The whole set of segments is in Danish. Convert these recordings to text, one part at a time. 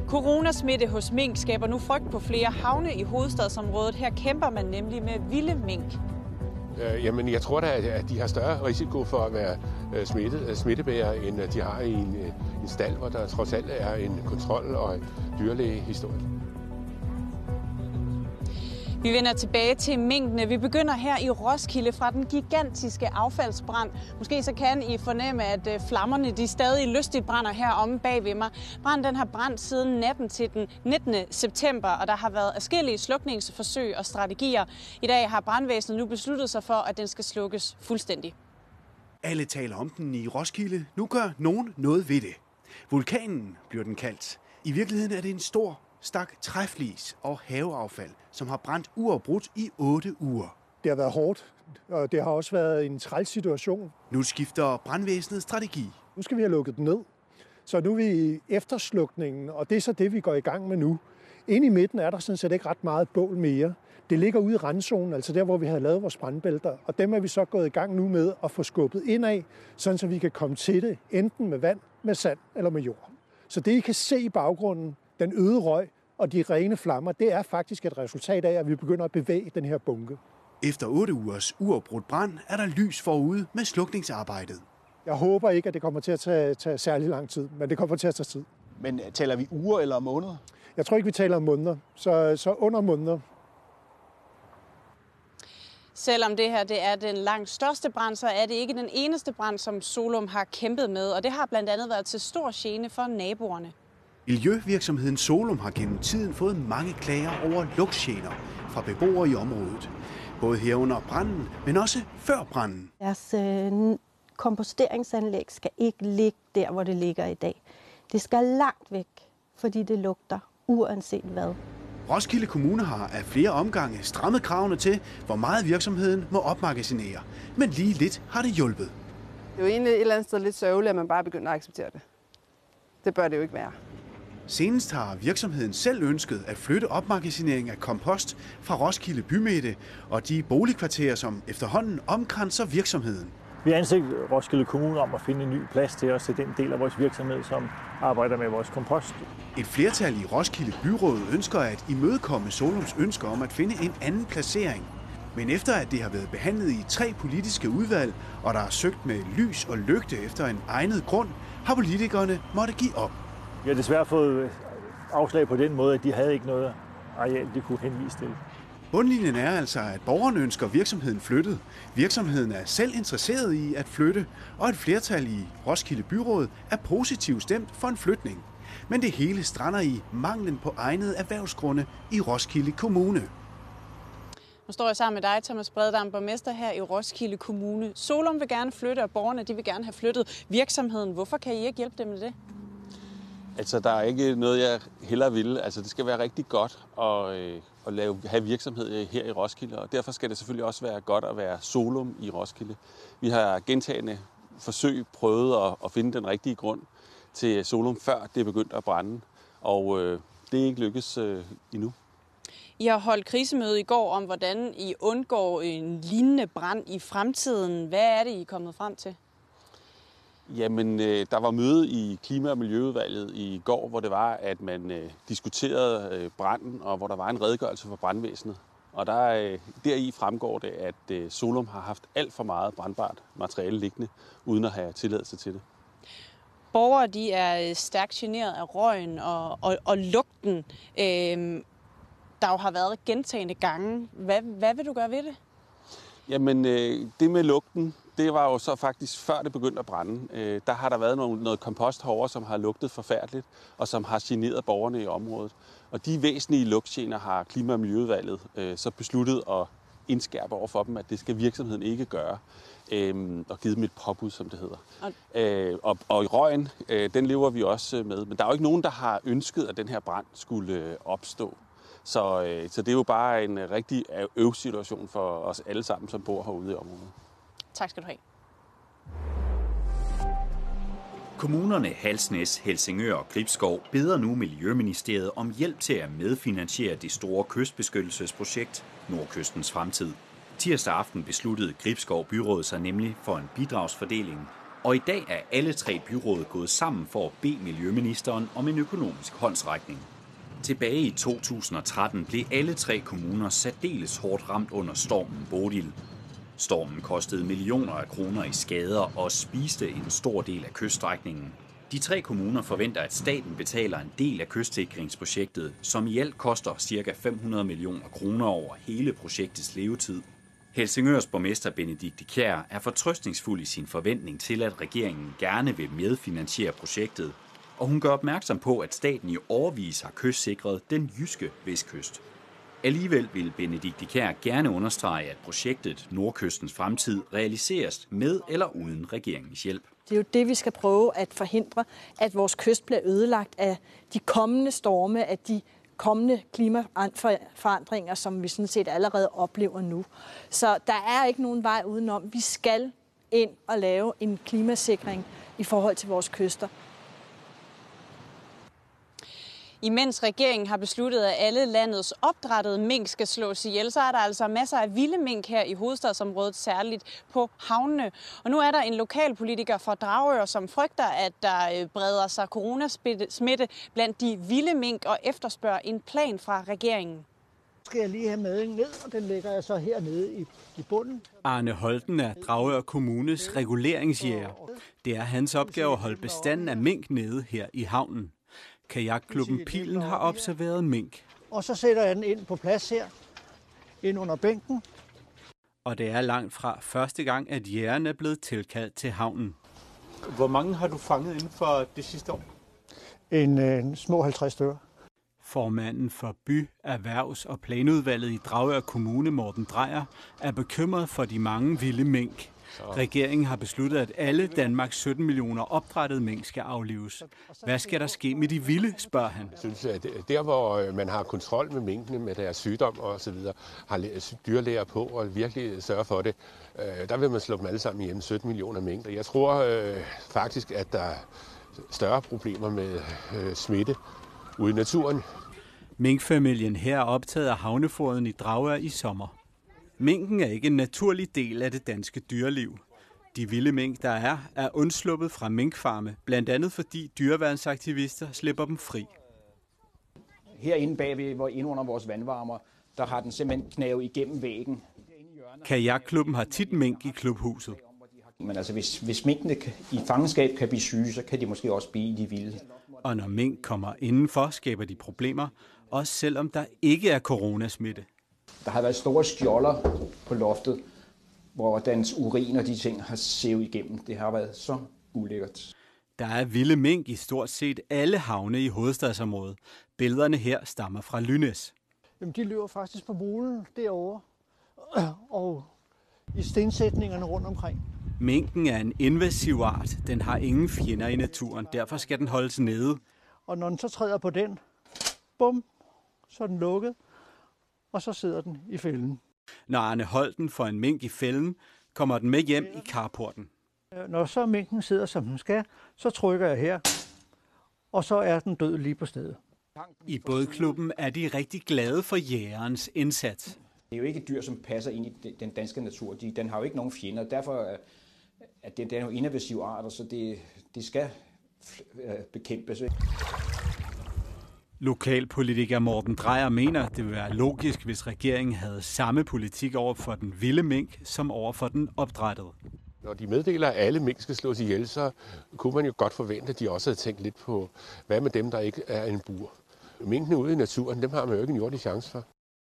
Coronasmitte hos mink skaber nu frygt på flere havne i hovedstadsområdet. Her kæmper man nemlig med vilde mink. Jamen, jeg tror da, at de har større risiko for at være smittebærere, end de har i en stald, hvor der trods alt er en kontrol og en dyrlægehistorie. Vi vender tilbage til minkene. Vi begynder her i Roskilde fra den gigantiske affaldsbrand. Måske så kan I fornemme, at flammerne de stadig lystigt brænder heromme bag ved mig. Branden den har brændt siden natten til den 19. september, og der har været adskillige slukningsforsøg og strategier. I dag har brandvæsenet nu besluttet sig for, at den skal slukkes fuldstændig. Alle taler om den i Roskilde. Nu gør nogen noget ved det. Vulkanen bliver den kaldt. I virkeligheden er det en stor stak træflis og haveaffald, som har brændt uafbrudt i 8 uger. Det har været hårdt, og det har også været en træls situation. Nu skifter brandvæsenet strategi. Nu skal vi have lukket den ned, så nu er vi i efterslukningen, og det er så det, vi går i gang med nu. Inde i midten er der sådan set ikke ret meget bål mere. Det ligger ude i randzonen, altså der, hvor vi har lavet vores brandbælter, og dem er vi så gået i gang nu med at få skubbet indad, sådan så vi kan komme til det, enten med vand, med sand eller med jord. Så det, I kan se i baggrunden, den øde røg og de rene flammer, det er faktisk et resultat af, at vi begynder at bevæge den her bunke. Efter 8 ugers uafbrudt brand er der lys forude med slukningsarbejdet. Jeg håber ikke, at det kommer til at tage særlig lang tid, men det kommer til at tage tid. Men taler vi uger eller måneder? Jeg tror ikke, vi taler om måneder, så under måneder. Selvom det her det er den langt største brand, så er det ikke den eneste brand, som Solum har kæmpet med, og det har blandt andet været til stor gene for naboerne. Miljøvirksomheden Solum har gennem tiden fået mange klager over lugtgener fra beboere i området. Både herunder branden, men også før branden. Deres komposteringsanlæg skal ikke ligge der, hvor det ligger i dag. Det skal langt væk, fordi det lugter uanset hvad. Roskilde Kommune har af flere omgange strammet kravene til, hvor meget virksomheden må opmagasinere. Men lige lidt har det hjulpet. Det er jo egentlig et eller andet sted lidt sørgeligt, at man bare begynder at acceptere det. Det bør det jo ikke være. Senest har virksomheden selv ønsket at flytte opmagasinering af kompost fra Roskilde bymidte og de boligkvarterer, som efterhånden omkranser virksomheden. Vi har ansøgt Roskilde Kommune om at finde en ny plads til os til den del af vores virksomhed, som arbejder med vores kompost. Et flertal i Roskilde Byråd ønsker at imødekomme Solums ønsker om at finde en anden placering. Men efter at det har været behandlet i 3 politiske udvalg, og der er søgt med lys og lygte efter en egnet grund, har politikerne måtte give op. Vi har desværre fået afslag på den måde, at de havde ikke noget areal, de kunne henvise til. Bundlinjen er altså, at borgerne ønsker virksomheden flyttet. Virksomheden er selv interesseret i at flytte, og et flertal i Roskilde Byråd er positivt stemt for en flytning. Men det hele strander i manglen på egnede erhvervsgrunde i Roskilde Kommune. Nu står jeg sammen med dig, Thomas Breddam, borgmester her i Roskilde Kommune. Solum vil gerne flytte, og borgerne de vil gerne have flyttet virksomheden. Hvorfor kan I ikke hjælpe dem med det? Altså, der er ikke noget, jeg hellere vil. Altså, det skal være rigtig godt at have virksomhed her i Roskilde, og derfor skal det selvfølgelig også være godt at være Solum i Roskilde. Vi har gentagne forsøg prøvet at finde den rigtige grund til Solum, før det begyndte at brænde, og det er ikke lykkes endnu. I har holdt krisemøde i går om, hvordan I undgår en lignende brand i fremtiden. Hvad er det, I er kommet frem til? Jamen, der var møde i Klima- og Miljøudvalget i går, hvor det var, at man diskuterede branden, og hvor der var en redegørelse for brandvæsenet. Og deri fremgår det, at Solum har haft alt for meget brandbart materiale liggende, uden at have tilladelse til det. Borgere de er stærkt generet af røgen og lugten, der jo har været gentagne gange. Hvad vil du gøre ved det? Jamen, det med lugten, det var jo så faktisk før det begyndte at brænde. Der har der været noget kompost herovre, som har lugtet forfærdeligt, og som har generet borgerne i området. Og de væsentlige lugtgener har Klima- og Miljøudvalget så besluttet at indskærpe over for dem, at det skal virksomheden ikke gøre, og givet dem et påbud, som det hedder. Og i røgen, den lever vi også med. Men der er jo ikke nogen, der har ønsket, at den her brand skulle opstå. Så det er jo bare en rigtig øvsituation for os alle sammen, som bor herude i området. Tak skal du have. Kommunerne Halsnæs, Helsingør og Gribskov beder nu Miljøministeriet om hjælp til at medfinansiere det store kystbeskyttelsesprojekt Nordkystens Fremtid. Tirsdag aften besluttede Gribskov Byråd sig nemlig for en bidragsfordeling Og i dag er alle 3 byråd gået sammen for at bede miljøministeren om en økonomisk håndsrækning. Tilbage i 2013 blev alle 3 kommuner særdeles hårdt ramt under stormen Bodil. Stormen kostede millioner af kroner i skader og spiste en stor del af kyststrækningen. De 3 kommuner forventer, at staten betaler en del af kystsikringsprojektet, som i alt koster ca. 500 millioner kroner over hele projektets levetid. Helsingørs borgmester Benedikte Kjær er fortrøstningsfuld i sin forventning til, at regeringen gerne vil medfinansiere projektet, og hun gør opmærksom på, at staten i årevis har kystsikret den jyske vestkyst. Alligevel vil Benedikte Kjær gerne understrege, at projektet Nordkystens Fremtid realiseres med eller uden regeringens hjælp. Det er jo det, vi skal prøve at forhindre, at vores kyst bliver ødelagt af de kommende storme, af de kommende klimaforandringer, som vi sådan set allerede oplever nu. Så der er ikke nogen vej udenom. Vi skal ind og lave en klimasikring i forhold til vores kyster. Imens regeringen har besluttet, at alle landets opdrættede mink skal slås ihjel, så er der altså masser af vilde mink her i hovedstadsområdet, særligt på havnene. Og nu er der en lokalpolitiker fra Dragør, som frygter, at der breder sig coronasmitte blandt de vilde mink og efterspørger en plan fra regeringen. Skal jeg lige have maden ned, og den lægger jeg så hernede i bunden. Arne Holten er Dragør Kommunes reguleringsjæger. Det er hans opgave at holde bestanden af mink nede her i havnen. Kajakklubben Pilen har observeret mink. Og så sætter jeg den ind på plads her, ind under bænken. Og det er langt fra første gang, at jægerne er blevet tilkaldt til havnen. Hvor mange har du fanget inden for det sidste år? En små 50 stykker. Formanden for By-, Erhvervs- og Planudvalget i Dragør Kommune, Morten Drejer, er bekymret for de mange vilde mink. Regeringen har besluttet, at alle Danmarks 17 millioner opdrættede mink skal aflives. Hvad skal der ske med de vilde, spørger han. Jeg synes, at der, hvor man har kontrol med minkene, med deres sygdom og så videre, har dyrlæger på og virkelig sørger for det, der vil man slå dem alle sammen ihjel, 17 millioner mink. Og jeg tror faktisk, at der er større problemer med smitte ude i naturen. Minkfamilien her er optaget af havnefoden i Dragør i sommer. Minken er ikke en naturlig del af det danske dyreliv. De vilde mink, der er undsluppet fra minkfarme, blandt andet fordi dyreværnsaktivister slipper dem fri. Herinde bagved, hvor inde under vores vandvarmer, der har den simpelthen knavet igennem væggen. Kajakklubben har tit mink i klubhuset. Men altså, hvis minkene i fangenskab kan blive syge, så kan de måske også blive de vilde. Og når mink kommer indenfor, skaber de problemer, også selvom der ikke er coronasmitte. Der har været store skjolder på loftet, hvor dens urin og de ting har sevet igennem. Det har været så ulækkert. Der er vilde mink i stort set alle havne i hovedstadsområdet. Billederne her stammer fra Lynæs. Jamen, de løber faktisk på molen derovre og i stensætningerne rundt omkring. Minken er en invasiv art. Den har ingen fjender i naturen. Derfor skal den holdes nede. Og når den så træder på den, bum, så er den lukket. Og så sidder den i fælden. Når Arne Holten får en mink i fælden, kommer den med hjem i carporten. Når så minken sidder, som den skal, så trykker jeg her, og så er den død lige på stedet. I bådklubben er de rigtig glade for jægerens indsats. Det er jo ikke et dyr, som passer ind i den danske natur. Den har jo ikke nogen fjender. Derfor er det jo invasive arter, så det skal bekæmpes. Lokalpolitiker Morten Drejer mener, det ville være logisk, hvis regeringen havde samme politik over for den vilde mink, som over for den opdrættede. Når de meddeler, at alle mink skal slås ihjel, så kunne man jo godt forvente, at de også havde tænkt lidt på, hvad med dem, der ikke er en bur. Minkene ude i naturen, dem har man jo ikke en jordig chance for.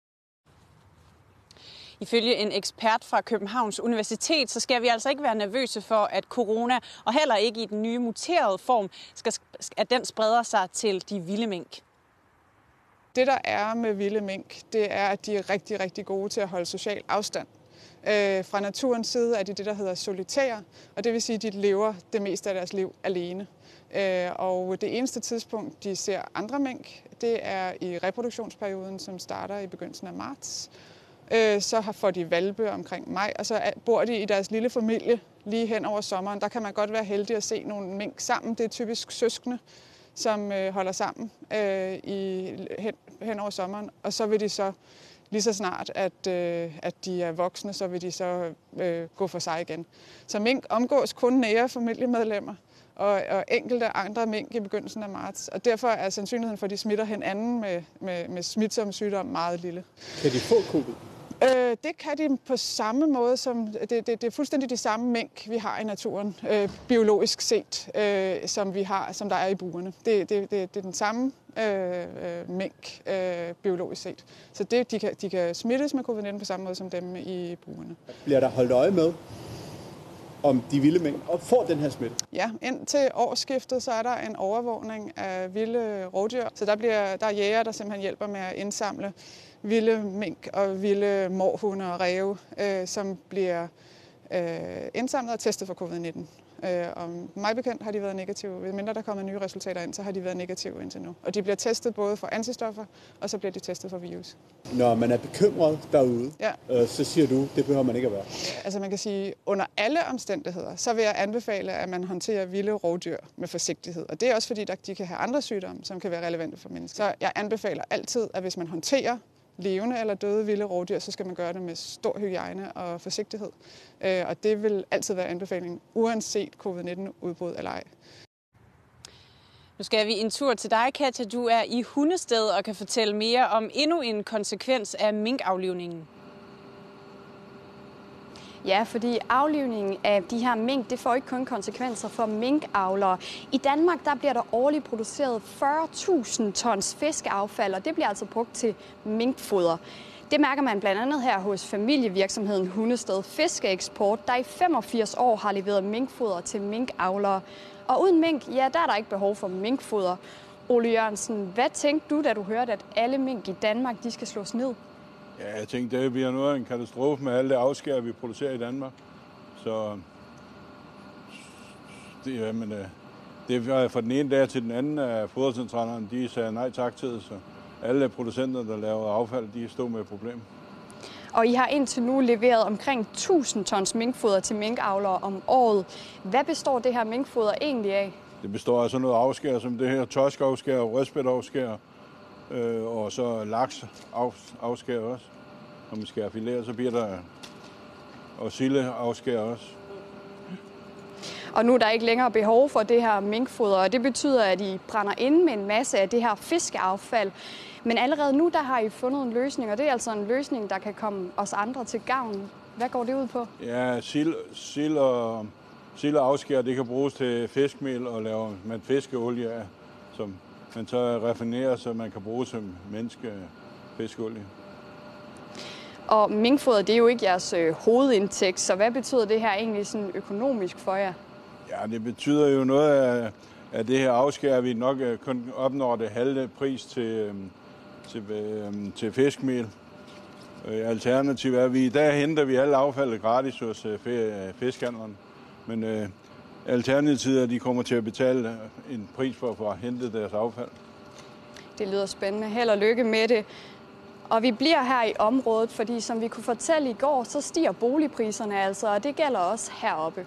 Ifølge en ekspert fra Københavns Universitet, så skal vi altså ikke være nervøse for, at corona, og heller ikke i den nye muterede form, at den spreder sig til de vilde mink. Det, der er med vilde mink, det er, at de er rigtig, rigtig gode til at holde social afstand. Fra naturens side er de det, der hedder solitære, og det vil sige, at de lever det meste af deres liv alene. Og det eneste tidspunkt, de ser andre mink, det er i reproduktionsperioden, som starter i begyndelsen af marts. Så får de hvalpe omkring maj, og så bor de i deres lille familie lige hen over sommeren. Der kan man godt være heldig at se nogle mink sammen. Det er typisk søskende, som holder sammen hen over sommeren. Og så vil de så Lige så snart, at de er voksne, så vil de så gå for sig igen. Så mink omgås kun nære familiemedlemmer og enkelte andre mink i begyndelsen af marts. Og derfor er sandsynligheden for, at de smitter hinanden med smitsomme sygdomme meget lille. Kan de få covid? Det kan de på samme måde som... Det er fuldstændig de samme mink, vi har i naturen, biologisk set, som der er i burene. Det er den samme mink, biologisk set. Så de kan smittes med covid-19 på samme måde som dem i burene. Bliver der holdt øje med, om de vilde mink får den her smitte? Ja, indtil årsskiftet, så er der en overvågning af vilde rovdyr. Så der er jæger, der simpelthen hjælper med at indsamle vilde mink og vilde mårhunde og ræve, som bliver indsamlet og testet for covid-19. Og mig bekendt har de været negative. Hvis mindre der kommer nye resultater ind, så har de været negative indtil nu. Og de bliver testet både for antistoffer, og så bliver de testet for virus. Når man er bekymret derude, så siger du, det behøver man ikke at være. Altså man kan sige, under alle omstændigheder, så vil jeg anbefale, at man håndterer vilde rovdyr med forsigtighed. Og det er også fordi, de kan have andre sygdomme, som kan være relevante for mennesker. Så jeg anbefaler altid, at hvis man håndterer levende eller døde vilde rovdyr, så skal man gøre det med stor hygiejne og forsigtighed. Og det vil altid være anbefalingen, uanset covid-19-udbrud eller ej. Nu skal vi en tur til dig, Katja. Du er i Hundested og kan fortælle mere om endnu en konsekvens af minkaflivningen. Ja, fordi aflivningen af de her mink, det får ikke kun konsekvenser for minkavlere. I Danmark der bliver der årligt produceret 40.000 tons fiskeaffald, og det bliver altså brugt til minkfoder. Det mærker man blandt andet her hos familievirksomheden Hundested Fiskeeksport, der i 85 år har leveret minkfoder til minkavlere. Og uden mink, ja, der er der ikke behov for minkfoder. Ole Jørgensen, hvad tænkte du, da du hørte, at alle mink i Danmark de skal slås ned? Ja, jeg tænkte, det bliver noget af en katastrofe med alle det afskær, vi producerer i Danmark. Så det var fra den ene dag til den anden, at fodercentralerne de sagde nej tak til det. Så alle producenter, der laver affald, de stod med et problem. Og I har indtil nu leveret omkring 1000 tons minkfoder til minkavlere om året. Hvad består det her minkfoder egentlig af? Det består af sådan noget afskær, som det her torskafskær og rødspætafskær. Og så laks afskær også. Når man skærer filet, så bliver der og sille afskær også. Og nu er der ikke længere behov for det her minkfoder, og det betyder, at I brænder inde med en masse af det her fiskeaffald. Men allerede nu, der har I fundet en løsning, og det er altså en løsning, der kan komme os andre til gavn. Hvad går det ud på? Ja, sild og afskær, det kan bruges til fiskmel og lave fiskeolie af, som man så raffinerer, så man kan bruge som fiskeolie. Og minkfoder, det er jo ikke jeres hovedindtægt, så hvad betyder det her egentlig sådan økonomisk for jer? Ja, det betyder jo noget af det her afskær, at vi nok kun opnår det halve pris til fiskmel. Alternativt er, at i dag henter vi alle affaldet gratis hos fiskhandlerne. Men alternativet er, at de kommer til at betale en pris for at få hentet deres affald. Det lyder spændende. Held og lykke med det. Og vi bliver her i området, fordi som vi kunne fortælle i går, så stiger boligpriserne altså, og det gælder også heroppe.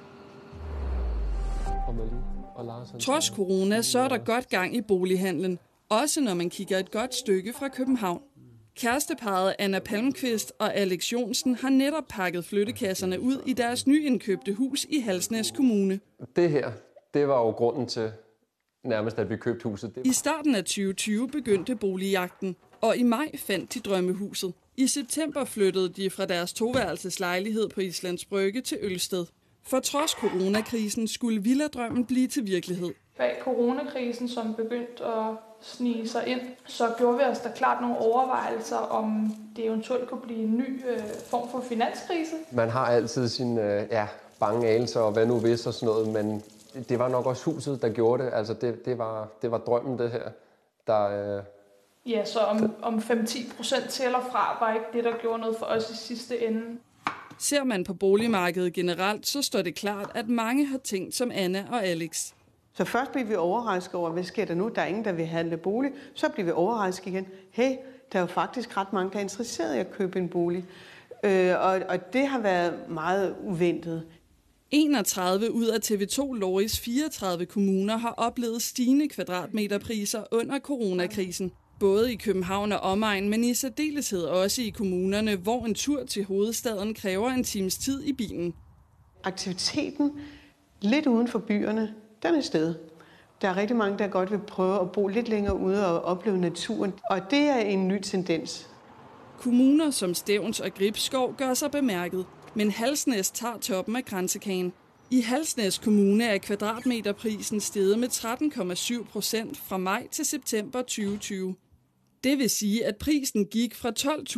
Trods corona, så er der godt gang i bolighandlen. Også når man kigger et godt stykke fra København. Kæresteparret Anna Palmqvist og Alex Jonsen har netop pakket flyttekasserne ud i deres nyindkøbte hus i Halsnæs Kommune. Det her, det var jo grunden til nærmest, at vi købte huset. I starten af 2020 begyndte boligjagten, og i maj fandt de drømmehuset. I september flyttede de fra deres toværelseslejlighed på Islands Brygge til Ølsted. For trods coronakrisen skulle villadrømmen blive til virkelighed. Bag coronakrisen, som begyndte at snige sig ind, så gjorde vi os da klart nogle overvejelser, om det eventuelt kunne blive en ny form for finanskrise. Man har altid sine bange anelser og hvad nu hvis og sådan noget, men det var nok også huset, der gjorde det. Altså det var drømmen, det her. Ja, så om 5-10% til eller fra var ikke det, der gjorde noget for os i sidste ende. Ser man på boligmarkedet generelt, så står det klart, at mange har tænkt som Anna og Alex. Så først bliver vi overrasket over, hvad sker der nu? Der er ingen, der vil handle bolig. Så bliver vi overrasket igen. Hey, der er jo faktisk ret mange, der er interesseret i at købe en bolig. Og det har været meget uventet. 31 ud af TV2 Loris 34 kommuner har oplevet stigende kvadratmeterpriser under coronakrisen. Både i København og omegn, men i særdeleshed også i kommunerne, hvor en tur til hovedstaden kræver en times tid i bilen. Aktiviteten lidt uden for byerne, den er steget. Der er rigtig mange, der godt vil prøve at bo lidt længere ude og opleve naturen, og det er en ny tendens. Kommuner som Stevns og Gribskov gør sig bemærket, men Halsnæs tager toppen af kransekagen. I Halsnæs Kommune er kvadratmeterprisen steget med 13,7% fra maj til september 2020. Det vil sige, at prisen gik fra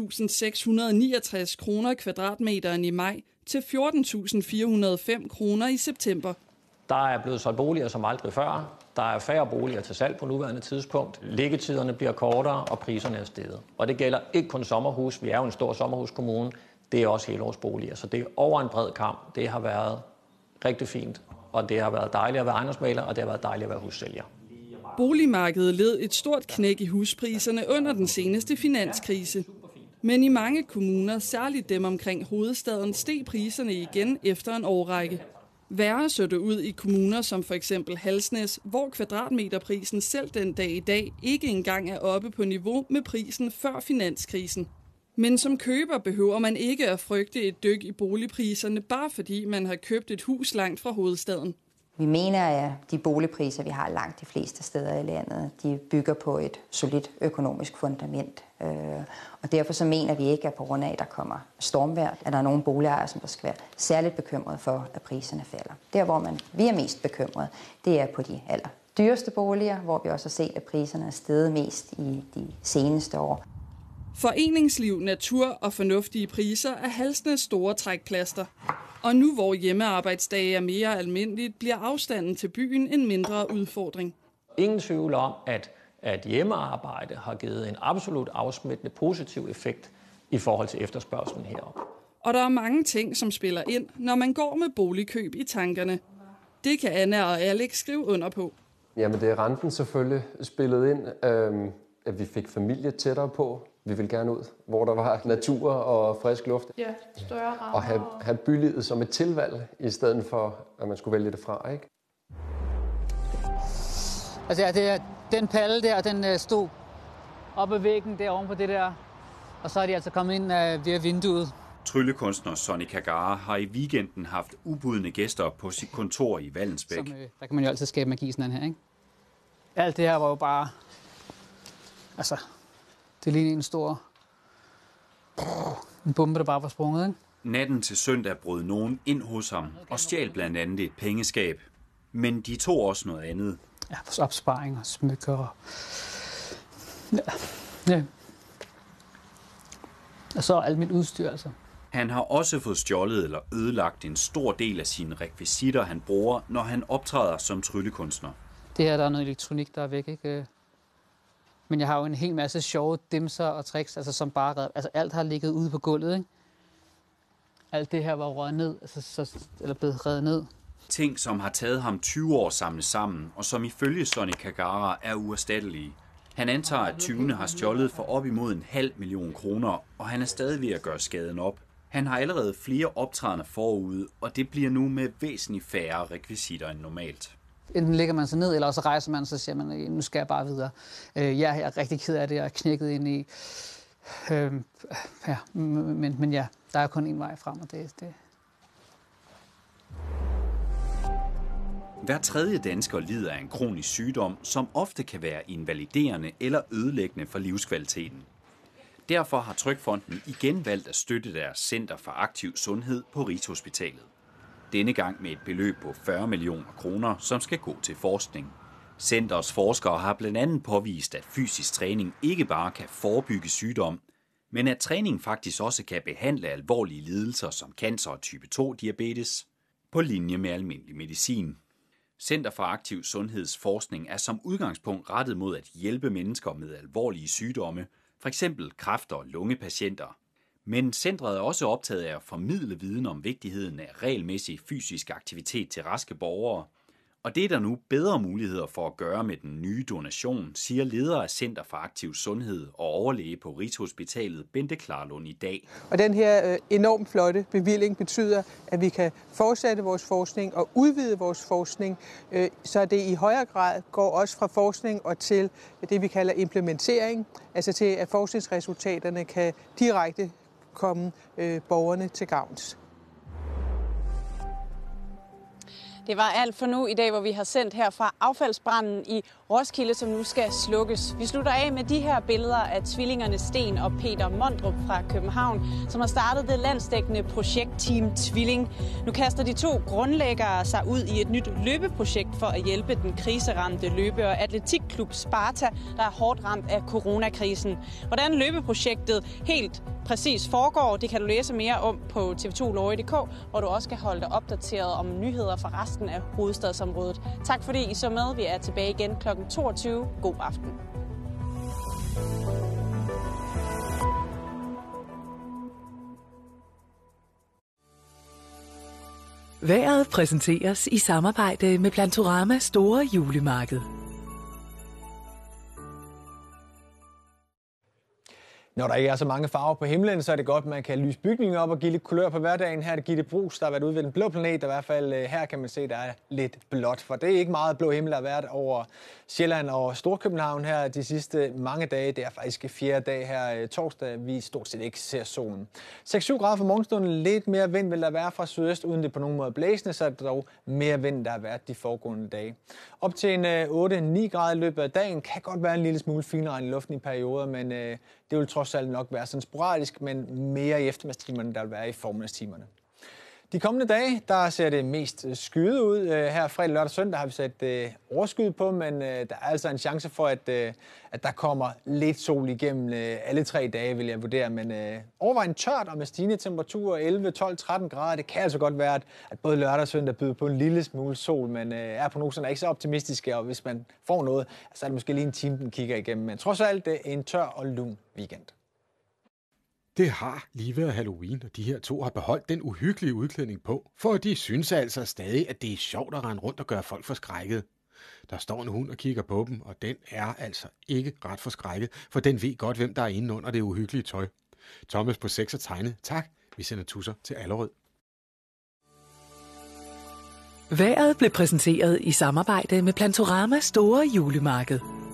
12.669 kroner kvadratmeteren i maj til 14.405 kroner i september. Der er blevet solgt boliger som aldrig før. Der er færre boliger til salg på nuværende tidspunkt. Liggetiderne bliver kortere, og priserne er steget. Og det gælder ikke kun sommerhus. Vi er jo en stor sommerhuskommune. Det er også helårsboliger. Så det er over en bred kamp. Det har været rigtig fint. Og det har været dejligt at være ejendomsmægler, og det har været dejligt at være hussælger. Boligmarkedet led et stort knæk i huspriserne under den seneste finanskrise. Men i mange kommuner, særligt dem omkring hovedstaden, steg priserne igen efter en årrække. Værre så det ud i kommuner som for eksempel Halsnæs, hvor kvadratmeterprisen selv den dag i dag ikke engang er oppe på niveau med prisen før finanskrisen. Men som køber behøver man ikke at frygte et dyk i boligpriserne, bare fordi man har købt et hus langt fra hovedstaden. Vi mener, at de boligpriser, vi har langt de fleste steder i landet, de bygger på et solidt økonomisk fundament. Og derfor så mener vi ikke, at på grund af, at der kommer stormvejr, at der er nogle boligejere, som der skal være særligt bekymrede for, at priserne falder. Der, hvor vi er mest bekymrede, det er på de allerdyreste boliger, hvor vi også har set, at priserne er steget mest i de seneste år. Foreningsliv, natur og fornuftige priser er Halsnæs store trækplaster. Og nu hvor hjemmearbejdsdage er mere almindeligt, bliver afstanden til byen en mindre udfordring. Ingen tvivl om, at hjemmearbejde har givet en absolut afsmittende positiv effekt i forhold til efterspørgselen heroppe. Og der er mange ting, som spiller ind, når man går med boligkøb i tankerne. Det kan Anna og Alex skrive under på. Jamen det er renten selvfølgelig spillet ind, at vi fik familie tættere på. Vi vil gerne ud, hvor der var natur og frisk luft. Ja, større rammer. Og have bylivet som et tilvalg, i stedet for, at man skulle vælge det fra, ikke? Altså ja, det er den palle der, den stod oppe ad væggen der oven på det der. Og så er de altså kommet ind via vinduet. Tryllekunstner Sonny Kagara har i weekenden haft ubudne gæster på sit kontor i Vallensbæk. Der kan man jo altid skabe magi sådan her, ikke? Alt det her var jo bare... Altså... Det ligner en stor en bombe, der bare var sprunget, ikke? Natten til søndag brød nogen ind hos ham og stjal blandt andet et pengeskab. Men de tog også noget andet. Ja, vores opsparing og smykker og... Ja. Og så alt mit udstyr, altså. Han har også fået stjålet eller ødelagt en stor del af sine rekvisitter, han bruger, når han optræder som tryllekunstner. Det her, der er noget elektronik, der er væk, ikke? Men jeg har jo en hel masse sjove dimser og tricks, altså som bare altså alt har ligget ude på gulvet, ikke? Alt det her var røget ned, altså eller blevet revet ned. Ting, som har taget ham 20 år at samle sammen, og som ifølge Sonny Kagara er uerstattelige. Han antager, at tyvene har stjålet for op imod 500.000 kroner, og han er stadig ved at gøre skaden op. Han har allerede flere optrædener forude, og det bliver nu med væsentligt færre rekvisitter end normalt. Enten ligger man sig ned, eller også rejser man, så siger man, nu skal jeg bare videre. Jeg er rigtig ked af det, og er knækket ind i... Men ja, der er kun en vej frem, og det. Hver tredje dansker lider af en kronisk sygdom, som ofte kan være invaliderende eller ødelæggende for livskvaliteten. Derfor har Trygfonden igen valgt at støtte deres Center for Aktiv Sundhed på Rigshospitalet. Denne gang med et beløb på 40 millioner kroner, som skal gå til forskning. Centers forskere har blandt andet påvist, at fysisk træning ikke bare kan forebygge sygdom, men at træning faktisk også kan behandle alvorlige lidelser som cancer og type 2-diabetes på linje med almindelig medicin. Center for Aktiv Sundheds forskning er som udgangspunkt rettet mod at hjælpe mennesker med alvorlige sygdomme, f.eks. kræft- og lungepatienter. Men centret er også optaget af at formidle viden om vigtigheden af regelmæssig fysisk aktivitet til raske borgere, Og det er der nu bedre muligheder for at gøre med den nye donation, siger leder af Center for Aktiv Sundhed og overlæge på Rigshospitalet, Bente Klarlund, i dag. Og den her enormt flotte bevilling betyder, at vi kan fortsætte vores forskning og udvide vores forskning, så det i højere grad går også fra forskning og til det, vi kalder implementering, altså til, at forskningsresultaterne kan direkte komme borgerne til gavns. Det var alt for nu i dag, hvor vi har sendt her fra affaldsbranden i Roskilde, som nu skal slukkes. Vi slutter af med de her billeder af tvillingerne Sten og Peter Mondrup fra København, som har startet det landsdækkende projekt Team Tvilling. Nu kaster de to grundlæggere sig ud i et nyt løbeprojekt for at hjælpe den kriseramte løbe- og atletikklub Sparta, der er hårdt ramt af coronakrisen. Hvordan løbeprojektet helt præcis foregår, det kan du læse mere om på tv2lorry.dk, hvor du også kan holde dig opdateret om nyheder fra resten af hovedstadsområdet. Tak fordi I så med. Vi er tilbage igen kl. 22. God aften. Vejret præsenteres i samarbejde med Plantorama Store Julemarked. Når der ikke er så mange farver på himlen, så er det godt, at man kan lyse bygninger op og give lidt kulør på hverdagen. Her er det Gitte Brugs, der har været ude ved den blå planet, og i hvert fald her kan man se, at der er lidt blåt. For det er ikke meget blå himmel, der har været over Sjælland og Storkøbenhavn her de sidste mange dage. Det er faktisk 4. dag her torsdag, vi stort set ikke ser solen. 6-7 grader for morgenstunden, lidt mere vind vil der være fra sydøst, uden det på nogen måde blæsende, så er det dog mere vind, der har været de foregående dage. Op til en 8-9 grader i løbet af dagen, kan godt være en lille smule finere i luften i perioder, men det vil trods alt nok være sådan sporadisk, men mere i eftermiddagstimerne, der vil være i formiddagstimerne. De kommende dage, der ser det mest skyet ud. Her fredag, lørdag og søndag har vi sat overskyet på, men der er altså en chance for, at der kommer lidt sol igennem alle 3 dage, vil jeg vurdere. Men overvejende tørt og med stigende temperaturer 11, 12, 13 grader. Det kan altså godt være, at både lørdag og søndag byder på en lille smule sol, men prognoserne er ikke så optimistiske, og hvis man får noget, så er det måske lige en time, den kigger igennem. Men trods alt en tør og lun weekend. Det har lige været Halloween, og de her to har beholdt den uhyggelige udklædning på, for de synes altså stadig, at det er sjovt at rende rundt og gøre folk forskrækket. Der står en hund og kigger på dem, og den er altså ikke ret forskrækket, for den ved godt, hvem der er inde under det uhyggelige tøj. Thomas på 6 har tegnet. Tak, vi sender tusser til Allerød. Vejret blev præsenteret i samarbejde med Plantorama Store Julemarked.